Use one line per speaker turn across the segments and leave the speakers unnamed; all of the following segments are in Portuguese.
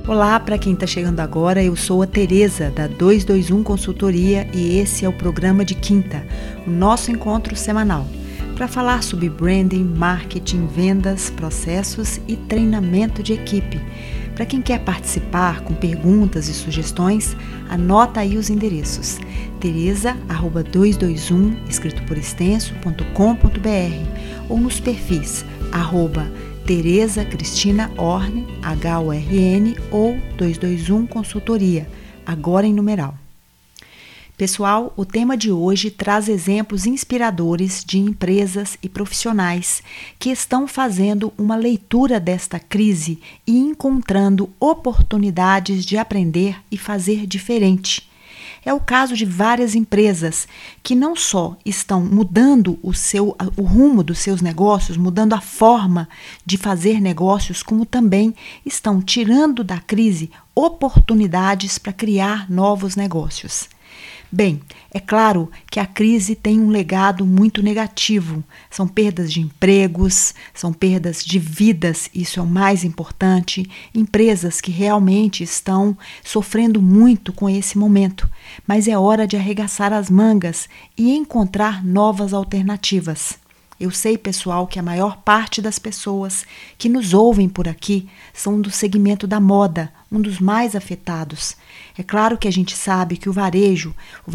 Olá, para quem está chegando agora, eu sou a Tereza da 221 Consultoria e esse é o programa de quinta, o nosso encontro semanal, para falar sobre branding, marketing, vendas, processos e treinamento de equipe. Para quem quer participar com perguntas e sugestões, anota aí os endereços: tereza@221, escrito por extenso.com.br ou nos perfis @Tereza Cristina Horn, HORN ou 221 Consultoria, agora em numeral. Pessoal, o tema de hoje traz exemplos inspiradores de empresas e profissionais que estão fazendo uma leitura desta crise e encontrando oportunidades de aprender e fazer diferente. É o caso de várias empresas que não só estão mudando o rumo dos seus negócios, mudando a forma de fazer negócios, como também estão tirando da crise oportunidades para criar novos negócios. Bem, é claro que a crise tem um legado muito negativo. São perdas de empregos, são perdas de vidas, isso é o mais importante. Empresas que realmente estão sofrendo muito com esse momento, mas é hora de arregaçar as mangas e encontrar novas alternativas. Eu sei, pessoal, que a maior parte das pessoas que nos ouvem por aqui são do segmento da moda, um dos mais afetados. É claro que a gente sabe que o varejo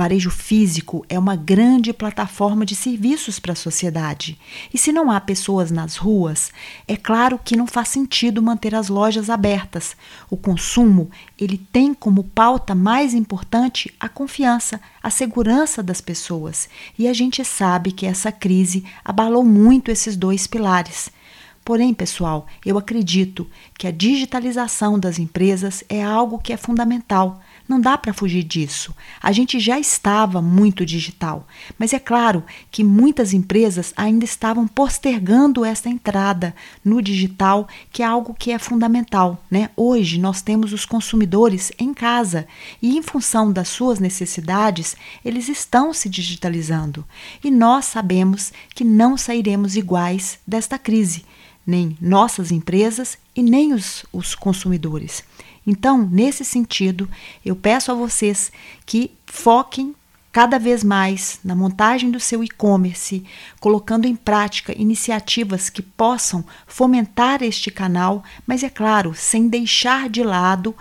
físico é uma grande plataforma de serviços para a sociedade. E se não há pessoas nas ruas, é claro que não faz sentido manter as lojas abertas. O consumo, ele tem como pauta mais importante a confiança, a segurança das pessoas. E a gente sabe que essa crise abalou muito esses dois pilares. Porém, pessoal, eu acredito que a digitalização das empresas é algo que é fundamental. Não dá para fugir disso. A gente já estava muito digital, mas é claro que muitas empresas ainda estavam postergando essa entrada no digital, que é algo que é fundamental, né? Hoje nós temos os consumidores em casa e, em função das suas necessidades, eles estão se digitalizando. E nós sabemos que não sairemos iguais desta crise, nem nossas empresas e nem os consumidores. Então, nesse sentido, eu peço a vocês que foquem cada vez mais na montagem do seu e-commerce, colocando em prática iniciativas que possam fomentar este canal, mas é claro, sem deixar de lado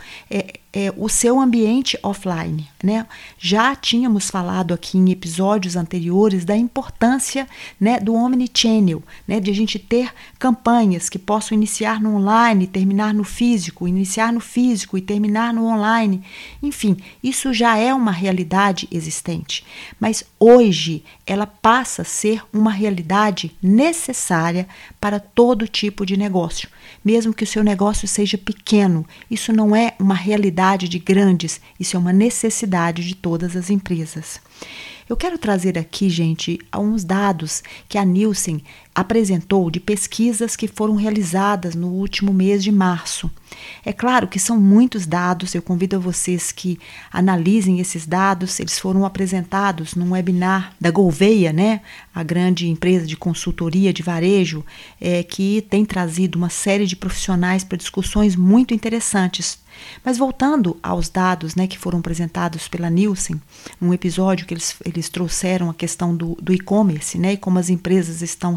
o seu ambiente offline, né? Já tínhamos falado aqui em episódios anteriores da importância, né, do omnichannel, né, de a gente ter campanhas que possam iniciar no online e terminar no físico, iniciar no físico e terminar no online. Enfim, isso já é uma realidade existente, mas hoje ela passa a ser uma realidade necessária para todo tipo de negócio, mesmo que o seu negócio seja pequeno. Isso não é uma realidade de grandes, isso é uma necessidade de todas as empresas. Eu quero trazer aqui, gente, alguns dados que a Nielsen apresentou de pesquisas que foram realizadas no último mês de março. É claro que são muitos dados, eu convido a vocês que analisem esses dados. Eles foram apresentados num webinar da Gouveia, né, a grande empresa de consultoria de varejo, que tem trazido uma série de profissionais para discussões muito interessantes. Mas voltando aos dados, né, que foram apresentados pela Nielsen, um episódio que eles trouxeram a questão do e-commerce, né, e como as empresas estão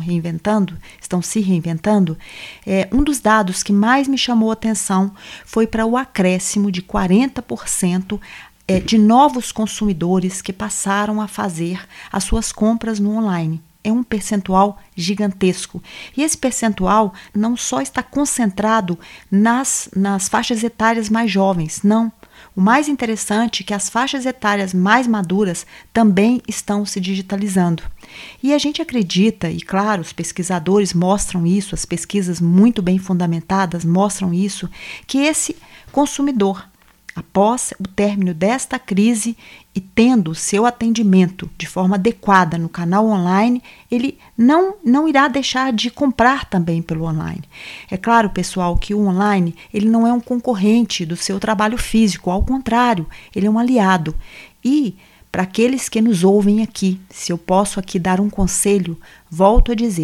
se reinventando, um dos dados que mais me chamou a atenção foi para o acréscimo de 40% de novos consumidores que passaram a fazer as suas compras no online. É um percentual gigantesco. E esse percentual não só está concentrado nas faixas etárias mais jovens, não. O mais interessante é que as faixas etárias mais maduras também estão se digitalizando. E a gente acredita, e claro, os pesquisadores mostram isso, as pesquisas muito bem fundamentadas mostram isso, que esse consumidor, após o término desta crise e tendo o seu atendimento de forma adequada no canal online, ele não irá deixar de comprar também pelo online. É claro, pessoal, que o online ele não é um concorrente do seu trabalho físico, ao contrário, ele é um aliado. E para aqueles que nos ouvem aqui, se eu posso aqui dar um conselho, volto a dizer,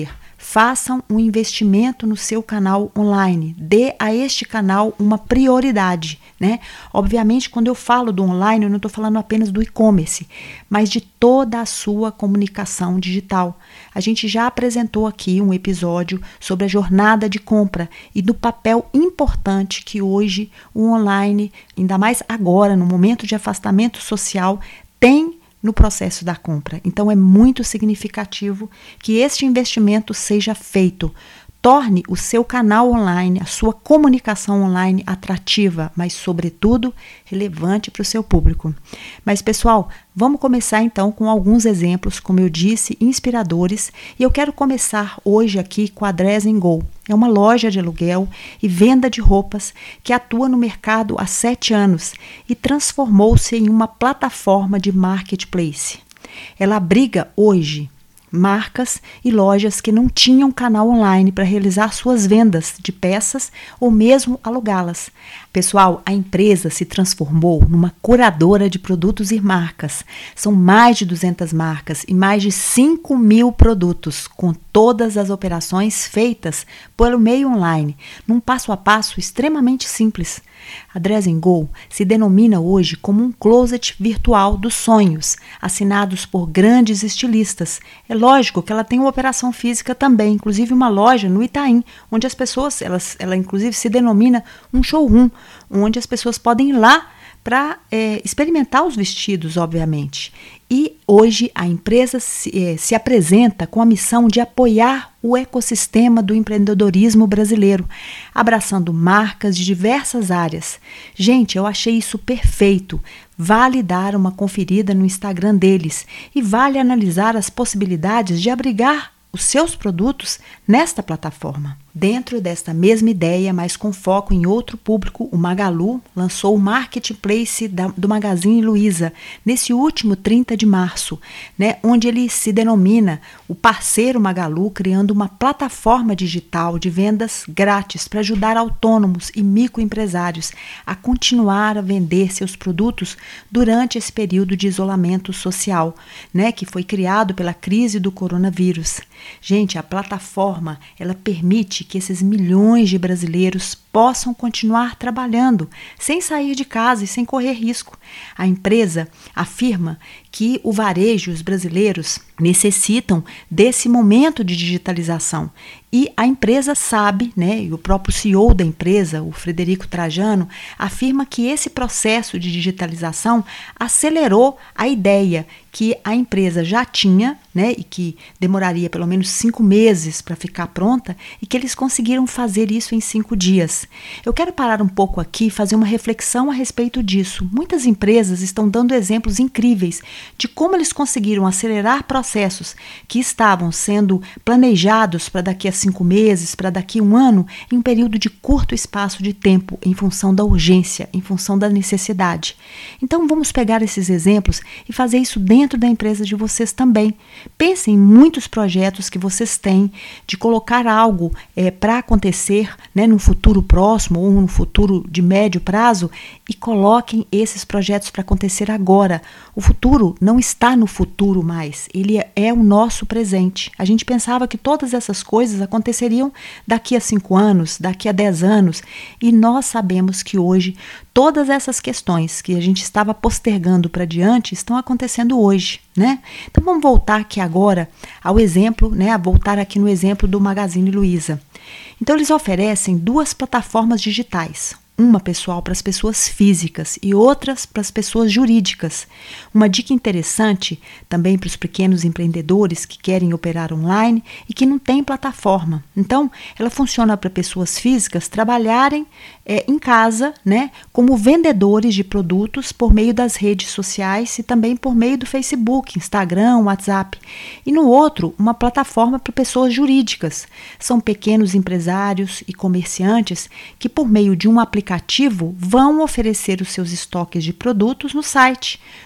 façam um investimento no seu canal online, dê a este canal uma prioridade, né? Obviamente, quando eu falo do online, eu não estou falando apenas do e-commerce, mas de toda a sua comunicação digital. A gente já apresentou aqui um episódio sobre a jornada de compra e do papel importante que hoje o online, ainda mais agora, no momento de afastamento social, tem no processo da compra. Então, é muito significativo que este investimento seja feito. Torne o seu canal online, a sua comunicação online atrativa, mas, sobretudo, relevante para o seu público. Mas, pessoal, vamos começar então com alguns exemplos, como eu disse, inspiradores. E eu quero começar hoje aqui com a Dress & Go. É uma loja de aluguel e venda de roupas que atua no mercado há 7 anos e transformou-se em uma plataforma de marketplace. Ela abriga hoje marcas e lojas que não tinham canal online para realizar suas vendas de peças ou mesmo alugá-las. Pessoal, a empresa se transformou numa curadora de produtos e marcas. São mais de 200 marcas e mais de 5.000 produtos, com todas as operações feitas pelo meio online, num passo a passo extremamente simples. A Dress & Go se denomina hoje como um closet virtual dos sonhos, assinados por grandes estilistas. É lógico que ela tem uma operação física também, inclusive uma loja no Itaim, onde as pessoas, ela inclusive se denomina um showroom, onde as pessoas podem ir lá para experimentar os vestidos, obviamente. E hoje a empresa se apresenta com a missão de apoiar o ecossistema do empreendedorismo brasileiro, abraçando marcas de diversas áreas. Gente, eu achei isso perfeito. Vale dar uma conferida no Instagram deles e vale analisar as possibilidades de abrigar os seus produtos nesta plataforma. Dentro desta mesma ideia, mas com foco em outro público, o Magalu lançou o Marketplace do Magazine Luiza nesse último 30 de março, né, onde ele se denomina o parceiro Magalu, criando uma plataforma digital de vendas grátis para ajudar autônomos e microempresários a continuar a vender seus produtos durante esse período de isolamento social, né, que foi criado pela crise do coronavírus. Gente, a plataforma, ela permite que esses milhões de brasileiros possam continuar trabalhando sem sair de casa e sem correr risco. A empresa afirma que o varejo e os brasileiros necessitam desse momento de digitalização. E a empresa sabe, né, e o próprio CEO da empresa, o Frederico Trajano, afirma que esse processo de digitalização acelerou a ideia que a empresa já tinha, né, e que demoraria pelo menos 5 meses para ficar pronta, e que eles conseguiram fazer isso em 5 dias. Eu quero parar um pouco aqui e fazer uma reflexão a respeito disso. Muitas empresas estão dando exemplos incríveis de como eles conseguiram acelerar processos que estavam sendo planejados para daqui a 5 meses, para daqui a 1 ano, em um período de curto espaço de tempo, em função da urgência, em função da necessidade. Então vamos pegar esses exemplos e fazer isso dentro da empresa de vocês também. Pensem em muitos projetos que vocês têm de colocar algo para acontecer, né, num futuro próximo ou num futuro de médio prazo, e coloquem esses projetos para acontecer agora. O futuro não está no futuro mais, ele é o nosso presente. A gente pensava que todas essas coisas aconteceriam daqui a 5 anos, daqui a 10 anos, e nós sabemos que hoje todas essas questões que a gente estava postergando para diante estão acontecendo hoje, né? Então vamos voltar aqui agora ao exemplo, né, a voltar aqui no exemplo do Magazine Luiza. Então eles oferecem 2 plataformas digitais. Uma, pessoal, para as pessoas físicas e outras para as pessoas jurídicas. Uma dica interessante também para os pequenos empreendedores que querem operar online e que não têm plataforma. Então, ela funciona para pessoas físicas trabalharem em casa, né, como vendedores de produtos por meio das redes sociais e também por meio do Facebook, Instagram, WhatsApp. E no outro, uma plataforma para pessoas jurídicas. São pequenos empresários e comerciantes que, por meio de um aplicativo, vão oferecer os seus estoques de produtos no site,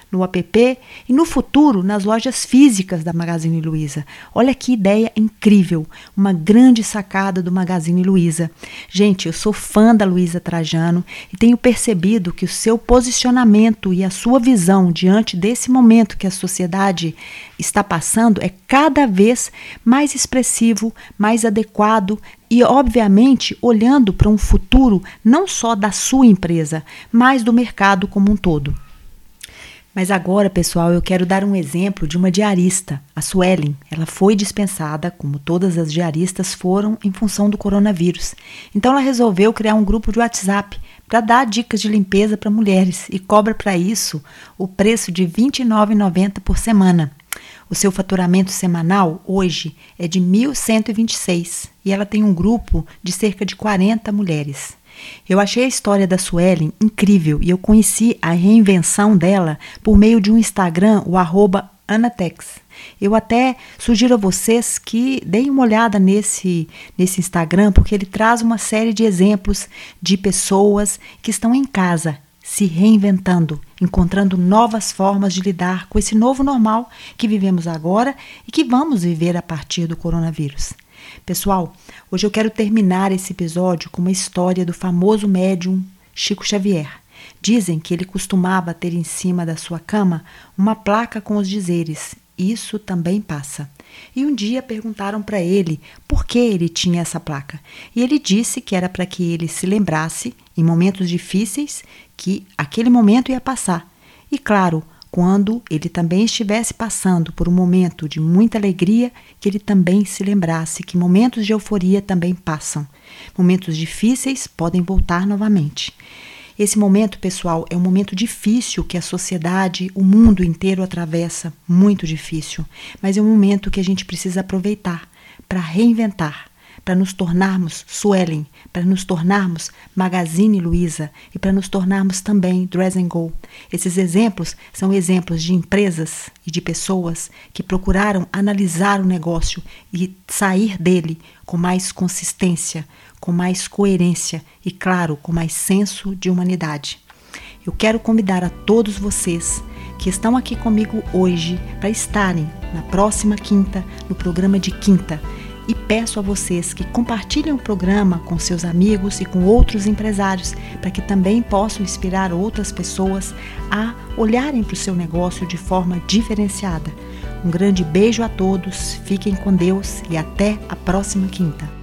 no app e no futuro nas lojas físicas da Magazine Luiza. Olha que ideia incrível, uma grande sacada do Magazine Luiza. Gente, eu sou fã da Luiza Trajano e tenho percebido que o seu posicionamento e a sua visão diante desse momento que a sociedade está passando é cada vez mais expressivo, mais adequado e, obviamente, olhando para um futuro não só da sua empresa, mas do mercado como um todo. Mas agora, pessoal, eu quero dar um exemplo de uma diarista, a Suelen. Ela foi dispensada, como todas as diaristas foram, em função do coronavírus. Então ela resolveu criar um grupo de WhatsApp para dar dicas de limpeza para mulheres e cobra para isso o preço de R$ 29,90 por semana. O seu faturamento semanal hoje é de R$ 1.126 e ela tem um grupo de cerca de 40 mulheres. Eu achei a história da Suelen incrível e eu conheci a reinvenção dela por meio de um Instagram, o @anatex. Eu até sugiro a vocês que deem uma olhada nesse Instagram, porque ele traz uma série de exemplos de pessoas que estão em casa, se reinventando, encontrando novas formas de lidar com esse novo normal que vivemos agora e que vamos viver a partir do coronavírus. Pessoal, hoje eu quero terminar esse episódio com uma história do famoso médium Chico Xavier. Dizem que ele costumava ter em cima da sua cama uma placa com os dizeres: "Isso também passa". E um dia perguntaram para ele por que ele tinha essa placa. E ele disse que era para que ele se lembrasse, em momentos difíceis, que aquele momento ia passar. E claro, quando ele também estivesse passando por um momento de muita alegria, que ele também se lembrasse que momentos de euforia também passam. Momentos difíceis podem voltar novamente. Esse momento, pessoal, é um momento difícil que a sociedade, o mundo inteiro atravessa, muito difícil. Mas é um momento que a gente precisa aproveitar para reinventar, para nos tornarmos Suelen, para nos tornarmos Magazine Luiza e para nos tornarmos também Dress & Go. Esses exemplos são exemplos de empresas e de pessoas que procuraram analisar o negócio e sair dele com mais consistência, com mais coerência e, claro, com mais senso de humanidade. Eu quero convidar a todos vocês que estão aqui comigo hoje para estarem na próxima quinta, no programa de quinta. E peço a vocês que compartilhem o programa com seus amigos e com outros empresários, para que também possam inspirar outras pessoas a olharem para o seu negócio de forma diferenciada. Um grande beijo a todos, fiquem com Deus e até a próxima quinta.